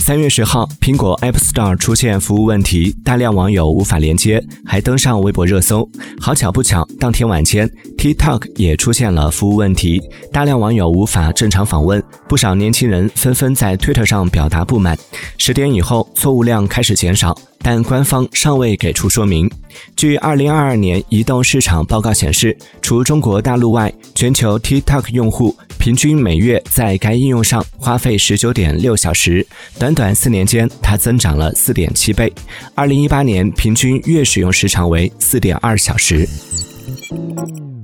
3月10号，苹果 App Store 出现服务问题，大量网友无法连接，还登上微博热搜。好巧不巧，当天晚间 TikTok 也出现了服务问题，大量网友无法正常访问，不少年轻人纷纷在 Twitter 上表达不满。10点以后，错误量开始减少，但官方尚未给出说明。据2022年移动市场报告显示，除中国大陆外，全球 TikTok 用户平均每月在该应用上花费19.6小时，短短4年间，它增长了4.7倍。2018年平均月使用时长为4.2小时。